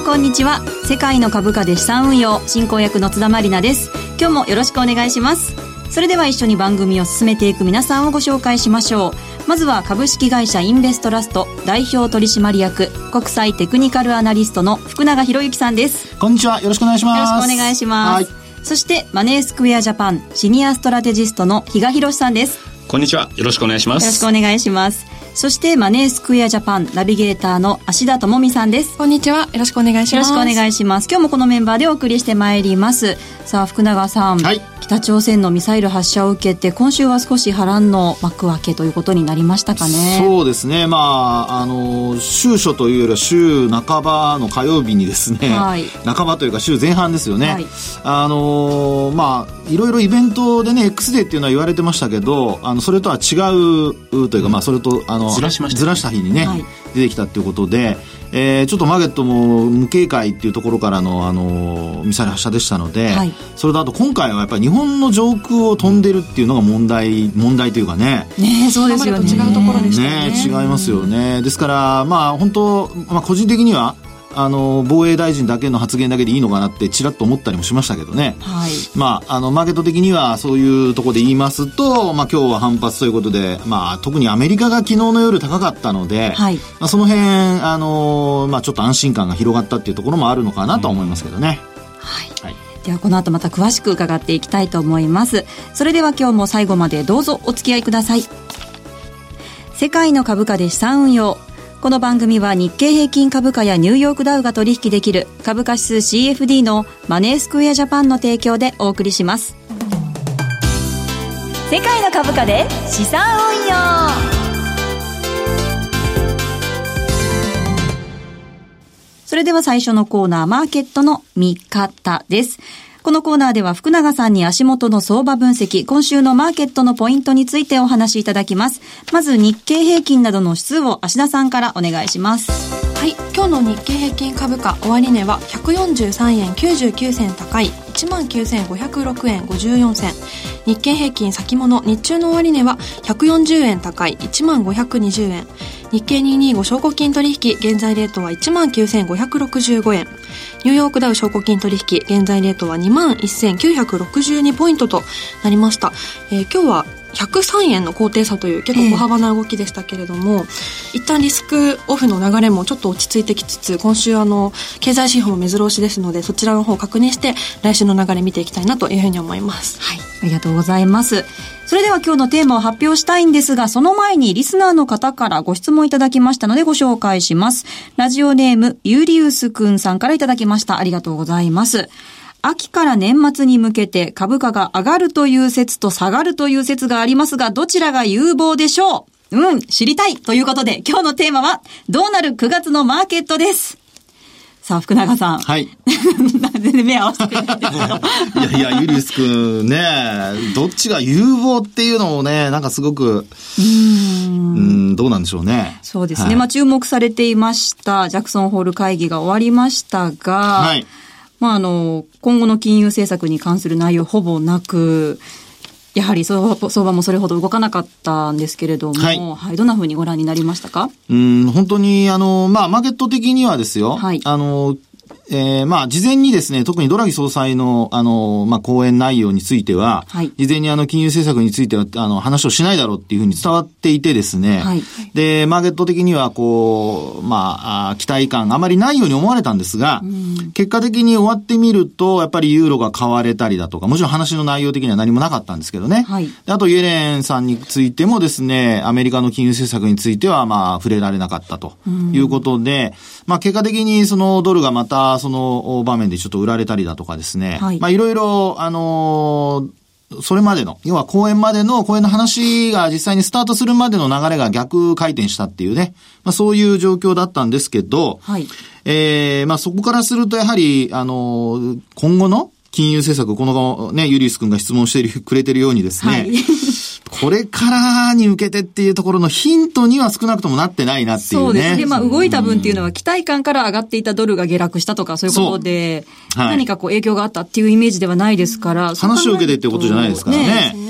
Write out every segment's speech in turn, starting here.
こんにちは。世界の株価で資産運用進行役の津田まりなです。今日もよろしくお願いします。それでは一緒に番組を進めていく皆さんをご紹介しましょう。まずは株式会社インベストラスト代表取締役国際テクニカルアナリストの福永博之さんです。 こんにちは、よろしくお願いします。 よろしくお願いします。そしてマネースクエアジャパンシニアストラテジストの比嘉博さんです。 こんにちは、よろしくお願いします。 よろしくお願いします。そしてマネースクエアジャパンナビゲーターの芦田智美さんです。 こんにちは、よろしくお願いします。 よろしくお願いします。今日もこのメンバーでお送りしてまいります。さあ福永さん、北朝鮮のミサイル発射を受けて今週は少し波乱の幕開けということになりましたかね。 そうですね、週初というよりは週半ばの火曜日にですね、半ばというか週前半ですよね、いろいろイベントでね X デーっていうのは言われてましたけど、それとは違うというか、それとずらした日にね、出てきたっていうことで、ちょっとマーケットも無警戒っていうところからの、ミサイル発射でしたので、それとあと今回はやっぱり日本の上空を飛んでるっていうのが問題というかね。 そうですよね。 違うところでしたね。 違いますよね。ですから本当、個人的には防衛大臣だけの発言だけでいいのかなってちらっと思ったりもしましたけどね、マーケット的にはそういうところで言いますと、今日は反発ということで、特にアメリカが昨日の夜高かったので、その辺ちょっと安心感が広がったっていうところもあるのかなと思いますけどね。 ではこの後また詳しく伺っていきたいと思います。それでは今日も最後までどうぞお付き合いください。世界の株価で資産運用。この番組は日経平均株価やニューヨークダウが取引できる株価指数 CFD のマネースクエアジャパンの提供でお送りします。世界の株価で資産運用。それでは最初のコーナー、マーケットの見方です。このコーナーでは福永さんに足元の相場分析、今週のマーケットのポイントについてお話しいただきます。まず日経平均などの指数を芦田さんからお願いします。 今日の日経平均株価終値は143円99銭高い 19,506 円54銭。日経平均先物日中の終値は140円高い 19,520 円。日経225証拠金取引現在レートは 19,565 円。ニューヨークダウ証拠金取引現在レートは 21,962 ポイントとなりました。今日は103円の高低差という結構小幅な動きでしたけれども、一旦リスクオフの流れもちょっと落ち着いてきつつ、今週経済指標も目白押しですので、そちらの方を確認して来週の流れ見ていきたいなというふうに思います。 ありがとうございます。それでは今日のテーマを発表したいんですが、その前にリスナーの方からご質問いただきましたのでご紹介します。ラジオネームユーリウスくんさんからいただきました。ありがとうございます。秋から年末に向けて株価が上がるという説と下がるという説がありますが、どちらが有望でしょう？知りたいということで、今日のテーマはどうなる9月のマーケットです。さあ福永さん、全然目合わせてくれないんですけどいやユリス君ね、どっちが有望っていうのもね、なんかすごくどうなんでしょうね。 そうですね、注目されていましたジャクソンホール会議が終わりましたが、今後の金融政策に関する内容ほぼなく、やはり相場もそれほど動かなかったんですけれども、どんな風にご覧になりましたか？ 本当にマーケット的にはですよ、事前にですね、特にドラギ総裁の講演内容については、事前に金融政策については話をしないだろうっていうふうに伝わっていてですね、でマーケット的には期待感あまりないように思われたんですが、結果的に終わってみるとやっぱりユーロが買われたりだとか、もちろん話の内容的には何もなかったんですけどね、であとイエレンさんについてもですね、アメリカの金融政策については触れられなかったということで、結果的にそのドルがまたその場面でちょっと売られたりだとかですね、いろいろそれまでの、要は講演の話が実際にスタートするまでの流れが逆回転したっていうね、そういう状況だったんですけど、そこからするとやはり今後の金融政策、このね、ユリス君が質問してくれてるようにですね、これからに向けてっていうところのヒントには少なくともなってないなっていうね。 そうですね。動いた分っていうのは期待感から上がっていたドルが下落したとかそういうことで、何か影響があったっていうイメージではないですから。 話を受けてってことじゃないですからね。 なんか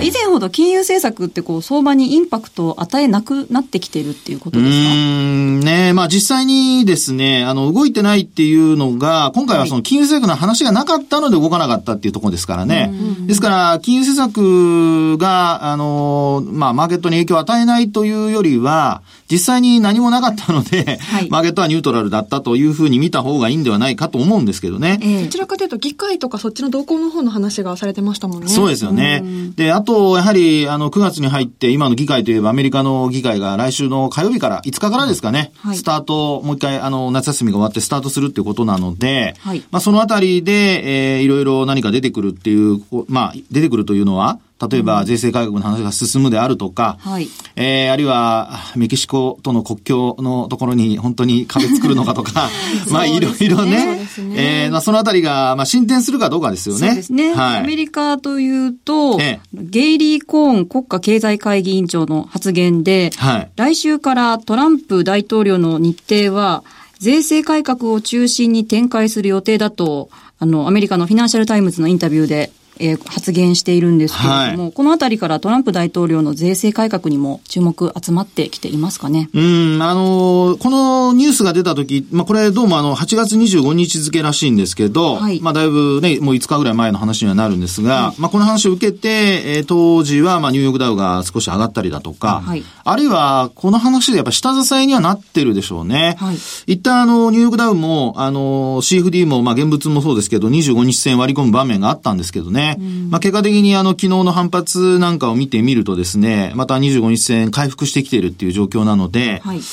以前ほど金融政策って相場にインパクトを与えなくなってきてるっていうことですか？ ね、まあ実際にですね、動いてないっていうのが、今回はその金融政策の話がなかったので動かなかったっていうところですからね。ですから、金融政策が、まあマーケットに影響を与えないというよりは、実際に何もなかったので、マーケットはニュートラルだったというふうに見た方がいいんではないかと思うんですけどね。 どちらかというと議会とかそっちの動向の方の話がされてましたもんね。 そうですよね。で、あと、やはり、9月に入って、今の議会といえばアメリカの議会が来週の火曜日から、5日からですかね、スタート、もう一回、夏休みが終わってスタートするっていうことなので、まあ、そのあたりで、いろいろ何か出てくるっていう、まあ、出てくるというのは、例えば税制改革の話が進むであるとか、あるいはメキシコとの国境のところに本当に壁作るのかとか、まあいろいろね、まあそのあたりがまあ進展するかどうかですよね。 そうですね。アメリカというと、ゲイリー・コーン国家経済会議委員長の発言で、来週からトランプ大統領の日程は税制改革を中心に展開する予定だと、アメリカのフィナンシャルタイムズのインタビューで発言しているんですけれども、このあたりからトランプ大統領の税制改革にも注目集まってきていますかね。 このニュースが出た時、まあ、これどうも8月25日付らしいんですけど、まあ、だいぶね、もう5日ぐらい前の話にはなるんですが、まあ、この話を受けて、当時はまあニューヨークダウが少し上がったりだとか、あるいはこの話でやっぱ下支えにはなってるでしょうね。一旦ニューヨークダウも、CFD もまあ現物もそうですけど、25日線割り込む場面があったんですけどね。まあ、結果的に昨日の反発なんかを見てみるとですね、また25日線回復してきているっていう状況なので、こ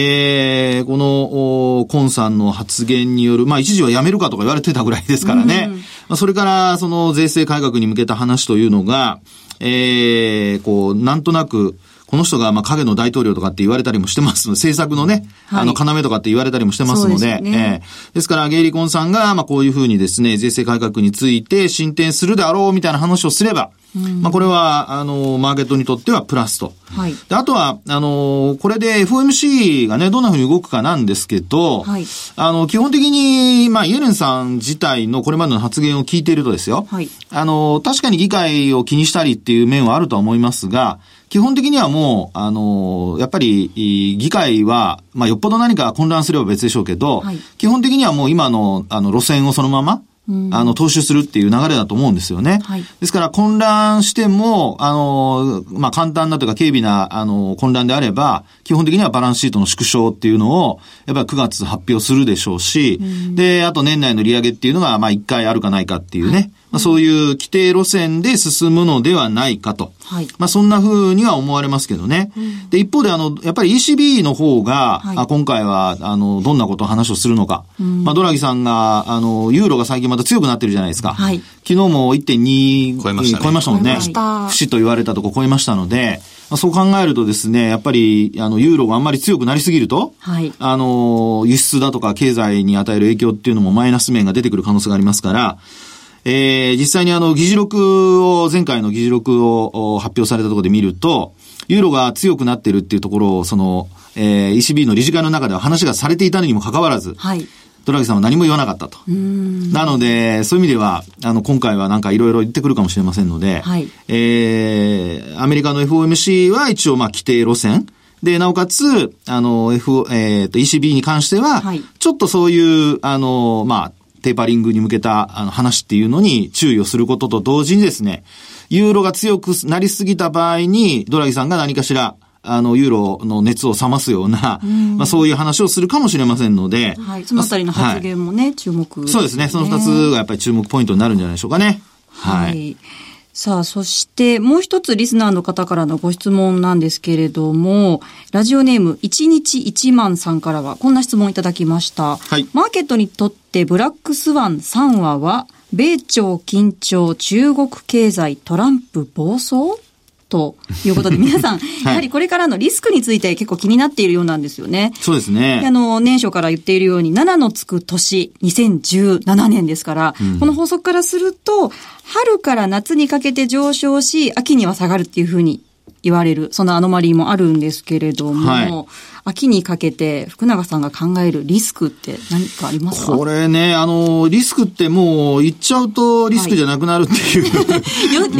のコンさんの発言による、まあ一時はやめるかとか言われてたぐらいですからね。まあ、それからその税制改革に向けた話というのが、なんとなくこの人がまあ影の大統領とかって言われたりもしてますので、政策のね、要とかって言われたりもしてますので、ですからゲイリコンさんがまあこういうふうにですね、税制改革について進展するであろうみたいな話をすれば、まあこれはマーケットにとってはプラスと。であとはこれで FOMC がねどんなふうに動くかなんですけど、基本的にまあイエレンさん自体のこれまでの発言を聞いているとですよ、確かに議会を気にしたりっていう面はあるとは思いますが、基本的にはもう、やっぱり、議会は、まあ、よっぽど何か混乱すれば別でしょうけど、基本的にはもう今の、路線をそのまま、踏襲するっていう流れだと思うんですよね。ですから混乱しても、まあ、簡単なというか軽微な、混乱であれば、基本的にはバランスシートの縮小っていうのを、やっぱり9月発表するでしょうし、で、あと年内の利上げっていうのが、まあ、1回あるかないかっていうね、まあ、そういう規定路線で進むのではないかと。まあ、そんな風には思われますけどね。で、一方でやっぱり ECB の方が、今回は、どんなことを話をするのか。まあ、ドラギさんが、ユーロが最近また強くなってるじゃないですか。昨日も 1.2 超えましたもんね。不死と言われたとこ超えましたので、まあ、そう考えるとですね、やっぱり、ユーロがあんまり強くなりすぎると、輸出だとか経済に与える影響っていうのもマイナス面が出てくる可能性がありますから、実際に議事録を、前回の議事録を発表されたところで見ると、ユーロが強くなってるっていうところを、ECB の理事会の中では話がされていたにもかかわらず、ドラギさんは何も言わなかったと。なので、そういう意味では、今回はなんかいろいろ言ってくるかもしれませんので、アメリカの FOMC は一応まあ規定路線。で、なおかつ、ECB に関しては、ちょっとそういう、まあ、テーパリングに向けた話っていうのに注意をすることと同時にですね、ユーロが強くなりすぎた場合に、ドラギさんが何かしら、ユーロの熱を冷ますような、まあそういう話をするかもしれませんので。 そのあたりの発言もね、注目、 そうですね。その2つがやっぱり注目ポイントになるんじゃないでしょうかね。 さあ、そしてもう一つリスナーの方からのご質問なんですけれども、ラジオネーム1日1万さんからはこんな質問いただきました。マーケットにとってブラックスワン3話は、米朝緊張、中国経済、トランプ暴走ということで、皆さん、やはりこれからのリスクについて結構気になっているようなんですよね。 そうですね。 年初から言っているように、7のつく年、2017年ですから、この法則からすると、春から夏にかけて上昇し、秋には下がるっていうふうに言われる、そのアノマリーもあるんですけれども、秋にかけて福永さんが考えるリスクって何かありますか？ これね、リスクってもう言っちゃうとリスクじゃなくなるっていう。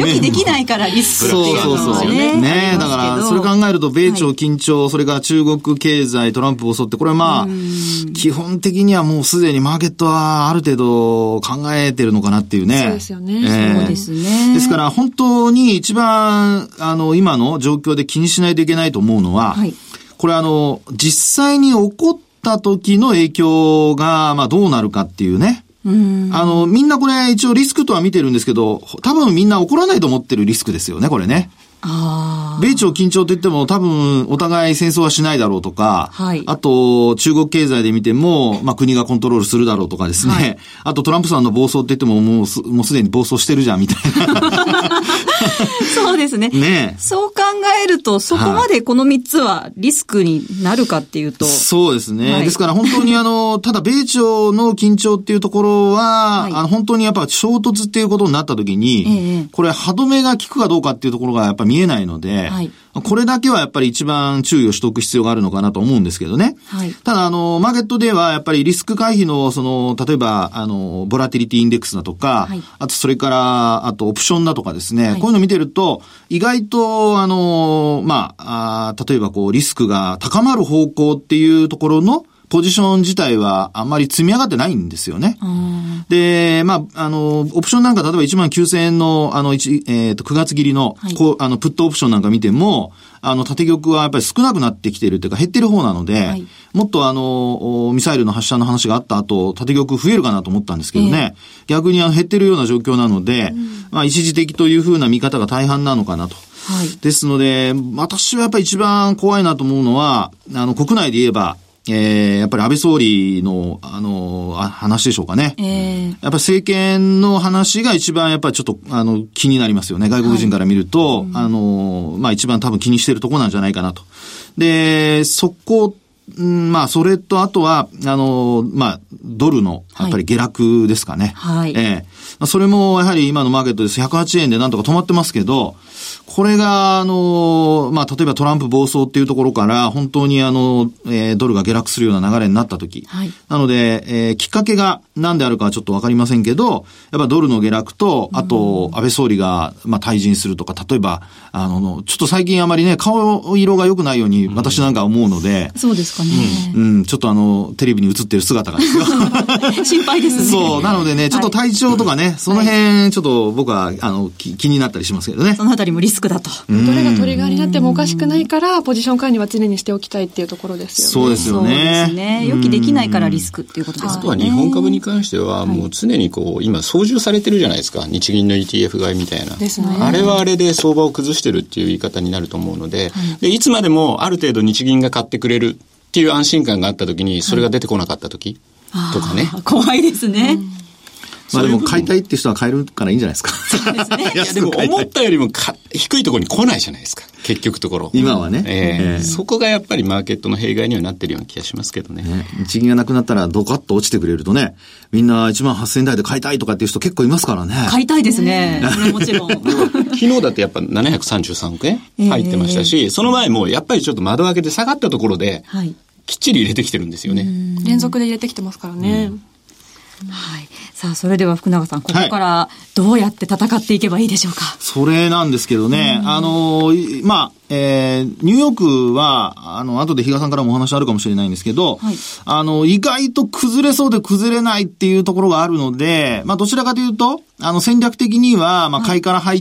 予期できないからリスクっていうのはね。 ね、だからそれ考えると米朝緊張、それから中国経済、トランプを襲って、これはまあ、基本的にはもうすでにマーケットはある程度考えてるのかなっていうね。 そうですよね。 そうですね。 ですから本当に一番、今の状況で気にしないといけないと思うのは、これ実際に起こった時の影響が、まあどうなるかっていうね。みんなこれ一応リスクとは見てるんですけど、多分みんな起こらないと思ってるリスクですよね、これね。米朝緊張といっても多分お互い戦争はしないだろうとか、あと中国経済で見ても、まあ国がコントロールするだろうとかですね、あとトランプさんの暴走って言ってももうすでに暴走してるじゃんみたいな。 そうですね。そう考えると、そこまでこの3つはリスクになるかっていうと。 そうですね。ですから本当にただ米朝の緊張っていうところは、本当にやっぱ衝突っていうことになった時に、これ歯止めが効くかどうかっていうところがやっぱ見えないので、これだけはやっぱり一番注意をしておく必要があるのかなと思うんですけどね。ただマーケットではやっぱりリスク回避の例えばボラティリティインデックスだとか、あとそれからあとオプションだとかですね、こういうのを見てると意外と例えばこうリスクが高まる方向っていうところのポジション自体はあんまり積み上がってないんですよね。で、オプションなんか例えば19,000円の9月切りの、プットオプションなんか見ても、縦玉はやっぱり少なくなってきているというか減ってる方なので、もっとミサイルの発射の話があった後、縦玉増えるかなと思ったんですけどね、逆に減ってるような状況なので、一時的というふうな見方が大半なのかなと。ですので、私はやっぱり一番怖いなと思うのは、国内で言えば、やっぱり安倍総理の、話でしょうかね。やっぱり政権の話が一番やっぱりちょっと、気になりますよね。外国人から見ると、一番多分気にしてるところなんじゃないかなと。で、それとあとは、ドルの、やっぱり下落ですかね。それもやはり今のマーケットです。108円でなんとか止まってますけど、これが、例えばトランプ暴走っていうところから、本当にドルが下落するような流れになったとき。なので、きっかけが何であるかはちょっとわかりませんけど、やっぱドルの下落と、あと、安倍総理が、退陣するとか、例えば、ちょっと最近あまりね、顔色が良くないように私なんか思うので。 そうですかね。 ちょっとテレビに映ってる姿がですよ。 心配ですね。 そう。なのでね、ちょっと体調とかね、その辺、ちょっと僕は、気になったりしますけどね。 そのあたりもリスクだと。 どれがトリガーになってもおかしくないから、ポジション管理は常にしておきたいっていうところですよね。 そうですよね。 そうですね。予期できないからリスクっていうことですね。 あとは日本株に関しては、もう常に今操縦されてるじゃないですか。日銀の ETF 買いみたいな。 ですね。 あれはあれで相場を崩してるっていう言い方になると思うので、いつまでもある程度日銀が買ってくれるっていう安心感があった時に、それが出てこなかった時とかね。 怖いですね。 でも買いたいって人は買えるからいいんじゃないですか。 そうですね。 いやでも思ったよりも低いところに来ないじゃないですか。結局ところ。 今はね。 そこがやっぱりマーケットの弊害にはなってるような気がしますけどね。 日銀がなくなったらドカッと落ちてくれるとね、みんな18,000円台で買いたいとかっていう人結構いますからね。 買いたいですね。それもちろん。 昨日だってやっぱ733億円入ってましたし、その前もやっぱりちょっと窓開けで下がったところで、きっちり入れてきてるんですよね。 連続で入れてきてますからね。 はい。さあ、それでは福永さん、ここからどうやって戦っていけばいいでしょうか。 それなんですけどね、ニューヨークは、後で比嘉さんからもお話あるかもしれないんですけど、意外と崩れそうで崩れないっていうところがあるので、どちらかというと、戦略的には、買いから入って、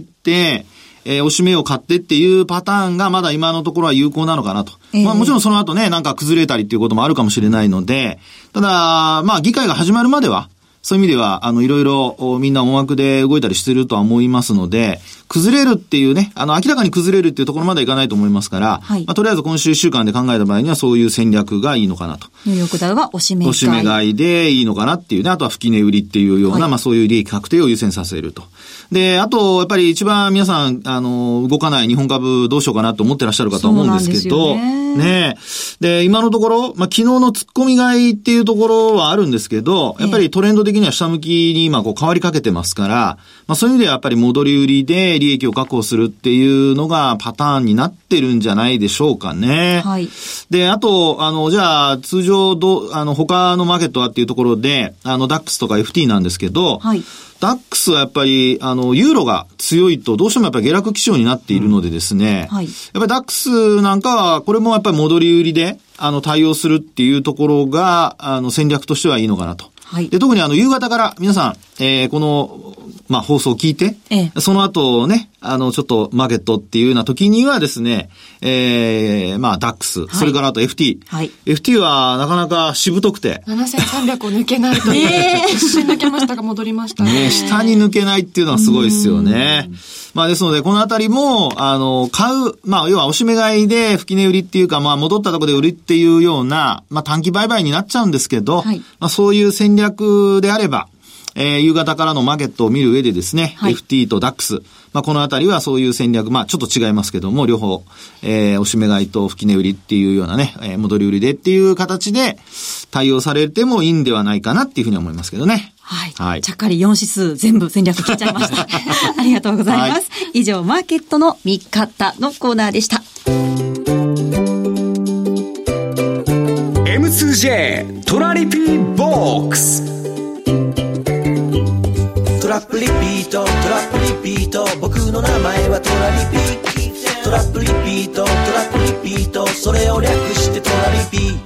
おしめを買ってっていうパターンがまだ今のところは有効なのかなと。もちろんその後ね、なんか崩れたりっていうこともあるかもしれないので、ただ、議会が始まるまでは、そういう意味では、いろいろみんな思惑で動いたりしてるとは思いますので、崩れるっていうね、明らかに崩れるっていうところまではいかないと思いますから、とりあえず今週1週間で考えた場合にはそういう戦略がいいのかなと。 ニューヨークダウはおしめ買い。 おしめ買いでいいのかなっていうね、あとは吹き値売りっていうような、そういう利益確定を優先させると。で、あと、やっぱり一番皆さん、動かない日本株どうしようかなと思ってらっしゃるかと思うんですけど、ね。で、今のところ、昨日の突っ込み買いっていうところはあるんですけど、やっぱりトレンド的的には下向きに今変わりかけてますから、そういう意味ではやっぱり戻り売りで利益を確保するっていうのがパターンになってるんじゃないでしょうかね。 はい。 で、あと、じゃあ、通常他のマーケットはっていうところで、DAX とか FT なんですけど、はい。DAX はやっぱり、ユーロが強いと、どうしてもやっぱり下落基調になっているのでですね、はい。やっぱり DAX なんかは、これもやっぱり戻り売りで、対応するっていうところが、戦略としてはいいのかなと。はい。で、特に夕方から皆さん、この、放送を聞いて、その後ね、ちょっとマーケットっていうような時にはですね、DAX、はい、それからあと FT。はい。FT はなかなかしぶとくて。 7300を抜けないという。一瞬抜けましたが戻りましたね。 下に抜けないっていうのはすごいですよね。ですので、このあたりも、買う、要は押し目買いで吹き値売りっていうか、戻ったところで売りっていうような、短期売買になっちゃうんですけど、はい、そういう戦略であれば、夕方からのマーケットを見る上でですね、はい、FT と DAX、このあたりはそういう戦略、ちょっと違いますけども、両方、押し目買いと吹き値売りっていうようなね、戻り売りでっていう形で対応されてもいいんではないかなっていうふうに思いますけどね。 はい。はい。ちゃっかり4指数全部戦略聞いちゃいました。ありがとうございます。はい、以上、マーケットの見方のコーナーでした。 M2J トラリピーボックス。トラップリピート、トラップリピート、僕の名前はトラリピ。トラップリピート、トラップリピート、それを略してトラリピ。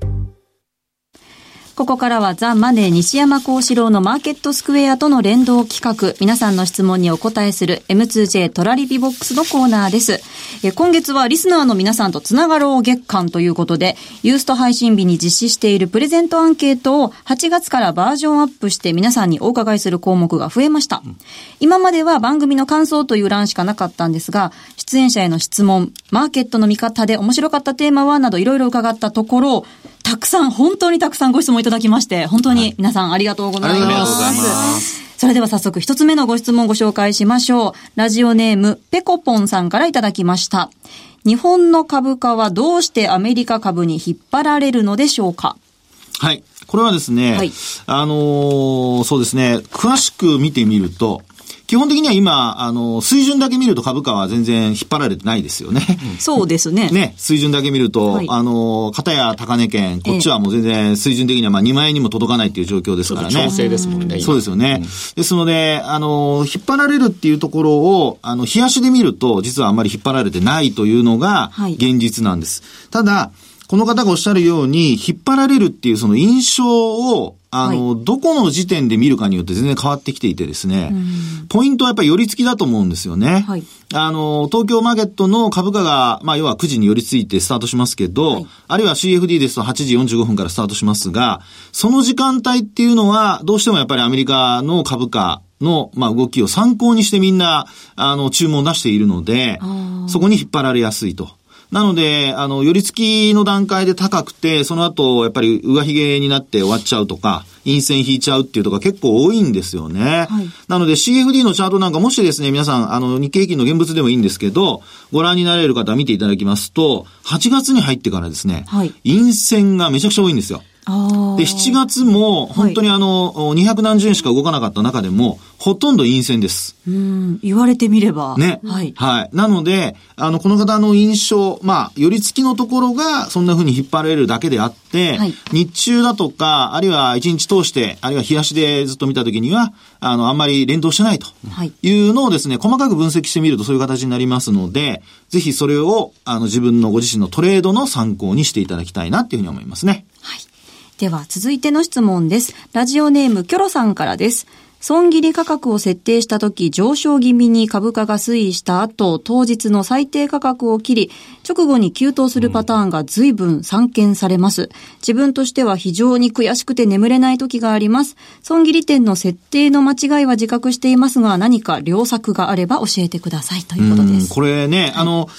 ここからはザ・マネー西山幸四郎のマーケットスクエアとの連動企画、皆さんの質問にお答えする M2J トラリピボックスのコーナーです。今月はリスナーの皆さんとつながろう月間ということで、ユースト配信日に実施しているプレゼントアンケートを8月からバージョンアップして皆さんにお伺いする項目が増えました。今までは番組の感想という欄しかなかったんですが、出演者への質問、マーケットの見方で面白かったテーマはなどいろいろ伺ったところ、本当にたくさんご質問いただきまして、本当に皆さんありがとうございます。ありがとうございます。それでは早速一つ目のご質問をご紹介しましょう。ラジオネームペコポンさんからいただきました。日本の株価はどうしてアメリカ株に引っ張られるのでしょうか？ はい。これはですね、はい、そうですね、詳しく見てみると、基本的には今、水準だけ見ると株価は全然引っ張られてないですよね。 そうですね。 ね、水準だけ見ると、はい、片や高値圏、こっちはもう全然水準的には2万円にも届かないっていう状況ですからね。 調整ですもんね。 そうですよね。ですので、引っ張られるっていうところを、冷やしで見ると、実はあんまり引っ張られてないというのが、現実なんです。はい、ただ、この方がおっしゃるように、引っ張られるっていうその印象を、どこの時点で見るかによって全然変わってきていてですね、ポイントはやっぱり寄り付きだと思うんですよね。はい、東京マーケットの株価が、要は9時に寄り付いてスタートしますけど、はい、あるいは CFD ですと8時45分からスタートしますが、その時間帯っていうのは、どうしてもやっぱりアメリカの株価の、動きを参考にしてみんな、注文を出しているので、そこに引っ張られやすいと。なので、寄り付きの段階で高くて、その後、やっぱり上髭になって終わっちゃうとか、陰線引いちゃうっていうとか結構多いんですよね。はい、なので CFD のチャートなんかもしですね、皆さん、日経平均の現物でもいいんですけど、ご覧になれる方は見ていただきますと、8月に入ってからですね、はい、陰線がめちゃくちゃ多いんですよ。で、7月も、本当に200何十円しか動かなかった中でも、ほとんど陰線です。 言われてみれば。 ね。はい。はい。なので、この方の印象、寄り付きのところが、そんな風に引っ張られるだけであって、はい、日中だとか、あるいは1日通して、あるいは日足でずっと見たときには、あんまり連動してないというのをですね、細かく分析してみるとそういう形になりますので、ぜひそれを、自分のご自身のトレードの参考にしていただきたいなっていうふうに思いますね。 はい。では続いての質問です。ラジオネームキョロさんからです。損切り価格を設定したとき上昇気味に株価が推移した後、当日の最低価格を切り、直後に急騰するパターンが随分散見されます。自分としては非常に悔しくて眠れない時があります。損切り点の設定の間違いは自覚していますが、何か良策があれば教えてくださいということです。 これね、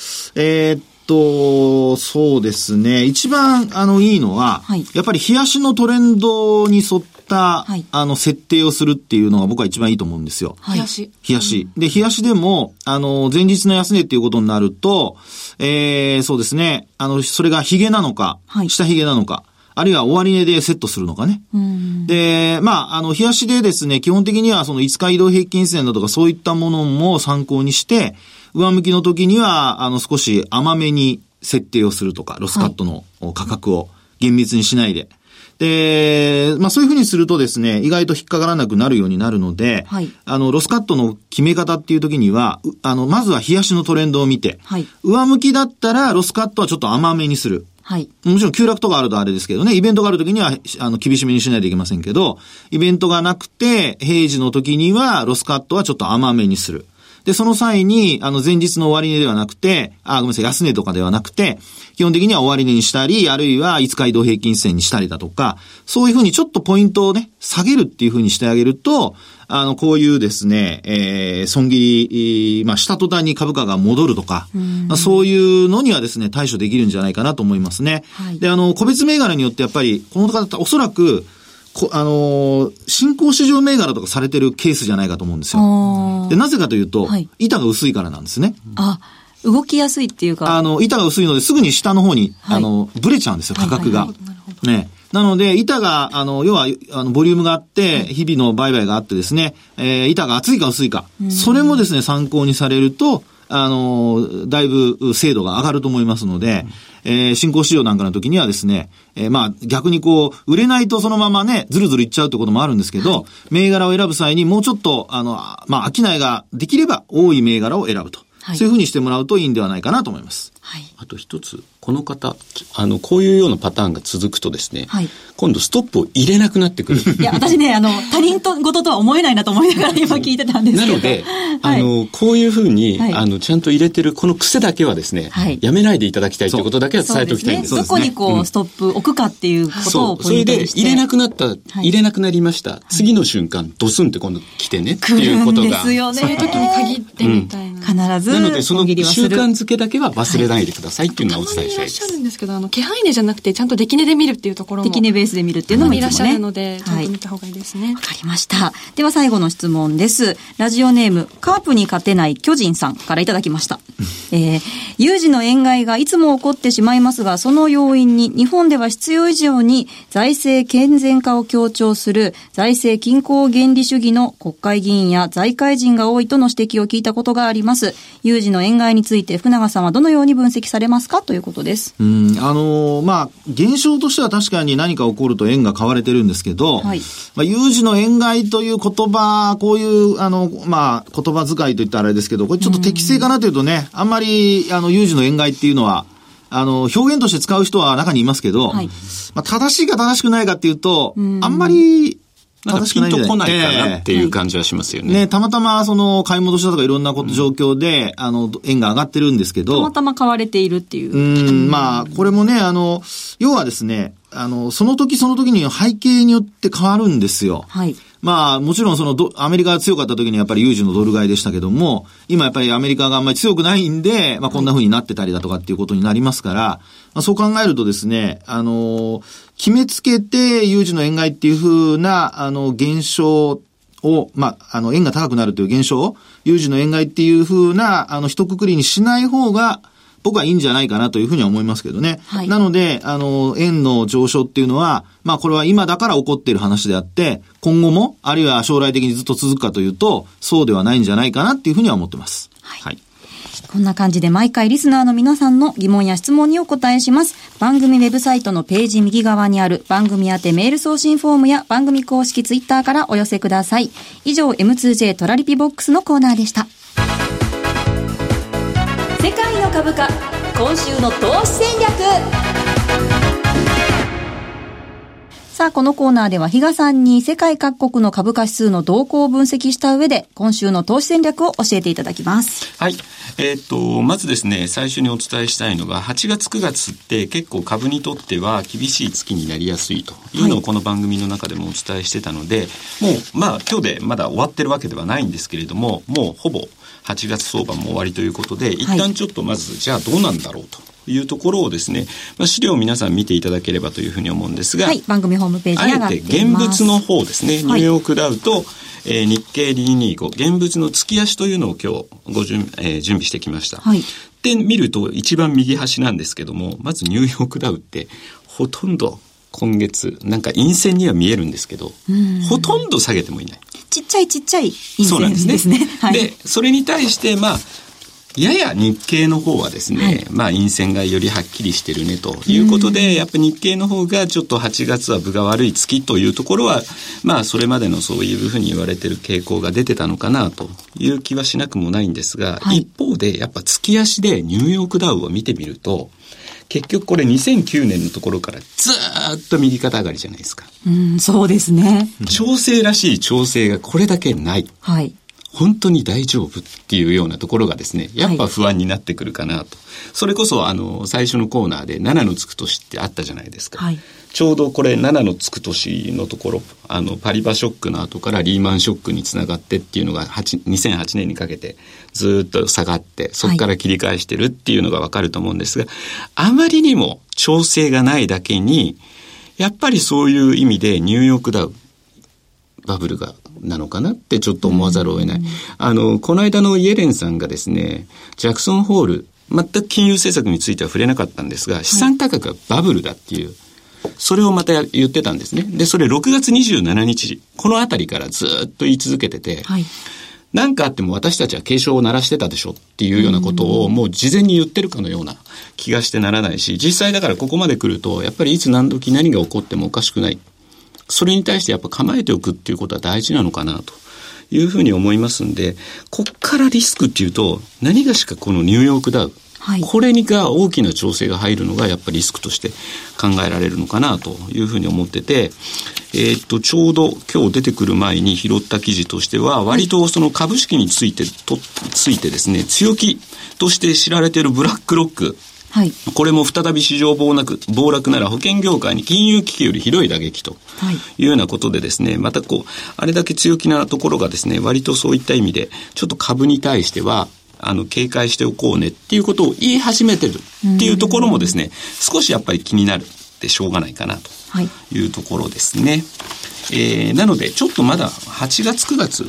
そうですね。一番、いいのは、はい、やっぱり日足のトレンドに沿った、はい、設定をするっていうのが僕は一番いいと思うんですよ。 はい、日足。で、日足でも、前日の安値っていうことになると、そうですね。それが髭なのか、はい、下髭なのか、 あるいは終値でセットするのかね。で、日足でですね、基本的にはその5日移動平均線だとかそういったものも参考にして、上向きの時には、少し甘めに設定をするとか、ロスカットの価格を厳密にしないで。で、そういうふうにするとですね、意外と引っかからなくなるようになるので、ロスカットの決め方っていう時には、まずは日足のトレンドを見て、上向きだったらロスカットはちょっと甘めにする。もちろん急落とかあるとあれですけどね、イベントがある時には、厳しめにしないといけませんけど、イベントがなくて、平時の時にはロスカットはちょっと甘めにする。で、その際に、前日の終値ではなくて、ごめんなさい、安値とかではなくて、基本的には終値にしたり、あるいは5日移動平均線にしたりだとか、そういうふうにちょっとポイントをね、下げるっていうふうにしてあげると、こういうですね、損切り、した途端に株価が戻るとか、そういうのにはですね、対処できるんじゃないかなと思いますね。で、個別銘柄によってやっぱり、この方、おそらく、新興市場銘柄とかされてるケースじゃないかと思うんですよ。で、なぜかというと、板が薄いからなんですね。 動きやすいっていうか。 板が薄いのですぐに下の方に、ブレちゃうんですよ、価格が。ね。なので、板が、要は、ボリュームがあって、日々の売買があってですね、板が厚いか薄いか、それもですね、参考にされると、だいぶ精度が上がると思いますので、新興市場なんかの時にはですね、逆に売れないとそのままね、ずるずるいっちゃうってこともあるんですけど、銘柄を選ぶ際にもうちょっと、商いができれば多い銘柄を選ぶと。そういうふうにしてもらうといいんではないかなと思います。 あと一つ、この方、こういうようなパターンが続くとですね、今度ストップを入れなくなってくる。 いや、私ね、他人事とは思えないなと思いながら今聞いてたんですけど。 なので、こういうふうに、ちゃんと入れてる、この癖だけはですね、やめないでいただきたいということだけは伝えておきたいんです。 どこにストップ置くかっていうことをポイントにして。 それで、入れなくなりました。次の瞬間、ドスンって今度来てねっていうことが。 ですよね。 そういう時に限ってみたいな。 必ず、 なので、その習慣づけだけは忘れないでくださいっていうのはお伝えしたいです。 たまにいらっしゃるんですけど、気配値じゃなくて、ちゃんと出来値で見るっていうところも。 出来値ベースで見るっていうのもいらっしゃるので、ちゃんと見た方がいいですね。 わかりました。では最後の質問です。ラジオネーム、カープに勝てない巨人さんからいただきました。有事の円買いがいつも起こってしまいますが、その要因に日本では必要以上に財政健全化を強調する財政均衡原理主義の国会議員や財界人が多いとの指摘を聞いたことがあります。有事の円買いについて福永さんはどのように分析されますかということです。 現象としては確かに何か起こると円が買われてるんですけど、有事の円買いという言葉、こういう言葉遣いといったらあれですけど、これちょっと適正かなというとね、あんまり有事の円買いっていうのは表現として使う人は中にいますけど、正しいか正しくないかっていうと、あんまりなんかピンとこないかなっていう感じはしますよね。 たまたま買い戻しだとかいろんな状況で、円が上がってるんですけど。 たまたま買われているっていう。 これもね、要はですね、その時その時に背景によって変わるんですよ。もちろんアメリカが強かった時にやっぱり有事のドル買いでしたけども、今やっぱりアメリカがあんまり強くないんで、こんな風になってたりだとかっていうことになりますから、そう考えるとですね、決めつけて有事の円買いっていう風な、現象を、円が高くなるという現象を、有事の円買いっていう風な、一括りにしない方が、僕はいいんじゃないかなというふうには思いますけどね。なので、円の上昇っていうのは、これは今だから起こっている話であって、今後も、あるいは将来的にずっと続くかというと、そうではないんじゃないかなっていうふうには思ってます。 こんな感じで毎回リスナーの皆さんの疑問や質問にお答えします。番組ウェブサイトのページ右側にある番組宛てメール送信フォームや番組公式ツイッターからお寄せください。以上、M2J トラリピボックスのコーナーでした。世界の株価、今週の投資戦略。さあ、このコーナーでは比嘉さんに世界各国の株価指数の動向を分析した上で、今週の投資戦略を教えていただきます。 はい。まずですね、最初にお伝えしたいのが、8月9月って結構株にとっては厳しい月になりやすいというのをこの番組の中でもお伝えしてたので、もう、今日でまだ終わってるわけではないんですけれども、もうほぼ8月相場も終わりということで、一旦ちょっとまず、じゃあどうなんだろうというところをですね、資料を皆さん見ていただければというふうに思うんですが、 番組ホームページに上がっています。 あえて現物の方ですね、ニューヨークダウと、日経225、現物の月足というのを今日準備してきました。で見ると一番右端なんですけども、まずニューヨークダウってほとんど今月なんか陰線には見えるんですけど、ほとんど下げてもいない。 ちっちゃい陰線そうなんですね。 はい、 でそれに対してやや日経の方はですね、陰線がよりはっきりしてるねということで、やっぱ日経の方がちょっと8月は分が悪い月というところは、それまでのそういうふうに言われてる傾向が出てたのかなという気はしなくもないんですが、一方でやっぱ月足でニューヨークダウを見てみると、結局これ2009年のところからずーっと右肩上がりじゃないですか。 そうですね。 調整らしい調整がこれだけない。はい。本当に大丈夫っていうようなところがですね、やっぱ不安になってくるかなと。それこそ最初のコーナーで7のつく年ってあったじゃないですか。ちょうどこれ7のつく年のところ、パリバショックの後からリーマンショックにつながってっていうのが2008年にかけてずっと下がって、そこから切り返してるっていうのがわかると思うんですが、あまりにも調整がないだけに、やっぱりそういう意味でニューヨークダウバブルなのかなってちょっと思わざるを得ない。この間のイエレンさんがですね、ジャクソンホール、全く金融政策については触れなかったんですが、資産価格がバブルだっていう、それをまた言ってたんですね。で、それ6月27日、このあたりからずっと言い続けてて、何かあっても私たちは警鐘を鳴らしてたでしょっていうようなことをもう事前に言ってるかのような気がしてならないし、実際だからここまで来ると、やっぱりいつ何時何が起こってもおかしくない。それに対してやっぱ構えておくっていうことは大事なのかなというふうに思いますんで、こっからリスクっていうと、何がしかこのニューヨークダウ、これが大きな調整が入るのがやっぱりリスクとして考えられるのかなというふうに思ってて、ちょうど今日出てくる前に拾った記事としては、割とその株式についてですね、強気として知られているブラックロック、これも再び市場暴落なら保険業界に金融危機よりひどい打撃というようなことでですね、またあれだけ強気なところがですね、割とそういった意味でちょっと株に対しては警戒しておこうねっていうことを言い始めてるっていうところもですね、少しやっぱり気になるってしょうがないかなというところですね。なのでちょっとまだ8月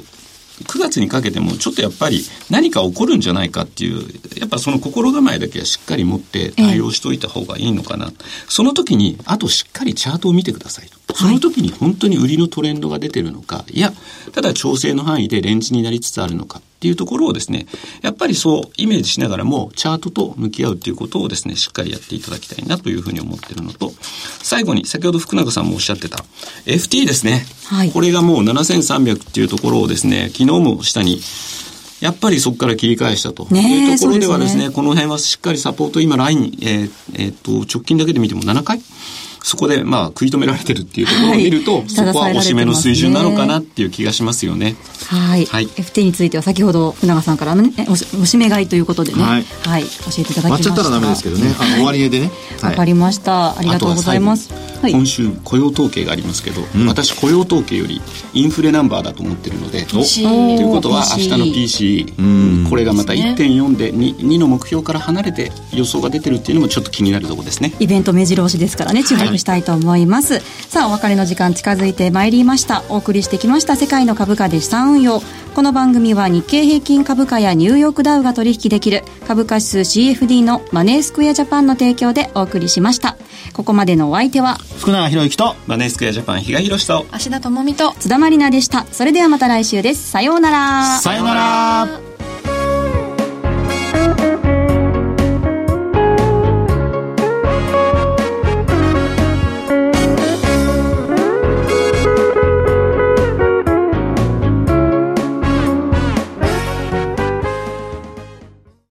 9月にかけてもちょっとやっぱり何か起こるんじゃないかっていう、やっぱその心構えだけはしっかり持って対応しておいた方がいいのかな。その時にあとしっかりチャートを見てくださいと。その時に本当に売りのトレンドが出てるのか、いやただ調整の範囲でレンジになりつつあるのかっていうところをですね、やっぱりそうイメージしながらもチャートと向き合うっていうことをですね、しっかりやっていただきたいなというふうに思っているのと、最後に先ほど福永さんもおっしゃってた FT ですね、これがもう7300っていうところをですね、昨日も下にやっぱりそこから切り返したというところではですね、この辺はしっかりサポート、今ライン、直近だけで見ても7回そこで食い止められてるっていうところを見ると、そこは押し目の水準なのかなっていう気がしますよね。 FT については先ほど福永さんから押し目買いということでね、教えていただきました。 割っちゃったらダメですけどね、終わりでね。 わかりました。ありがとうございます。 今週雇用統計がありますけど、私雇用統計よりインフレナンバーだと思ってるので、ということは明日の PC、これがまた 1.4 で 2の目標から離れて予想が出てるっていうのもちょっと気になるところですね。 イベント目白押しですからね、注目したいと思います。さあ、お別れの時間近づいてまいりました。お送りしてきました世界の株価で資産運用。この番組は日経平均株価やニューヨークダウが取引できる株価指数 CFD のマネースクエアジャパンの提供でお送りしました。ここまでのお相手は福永博之とマネースクエアジャパン比嘉宏と芦田智美と津田まりなでした。それではまた来週です。さようなら。 さようなら。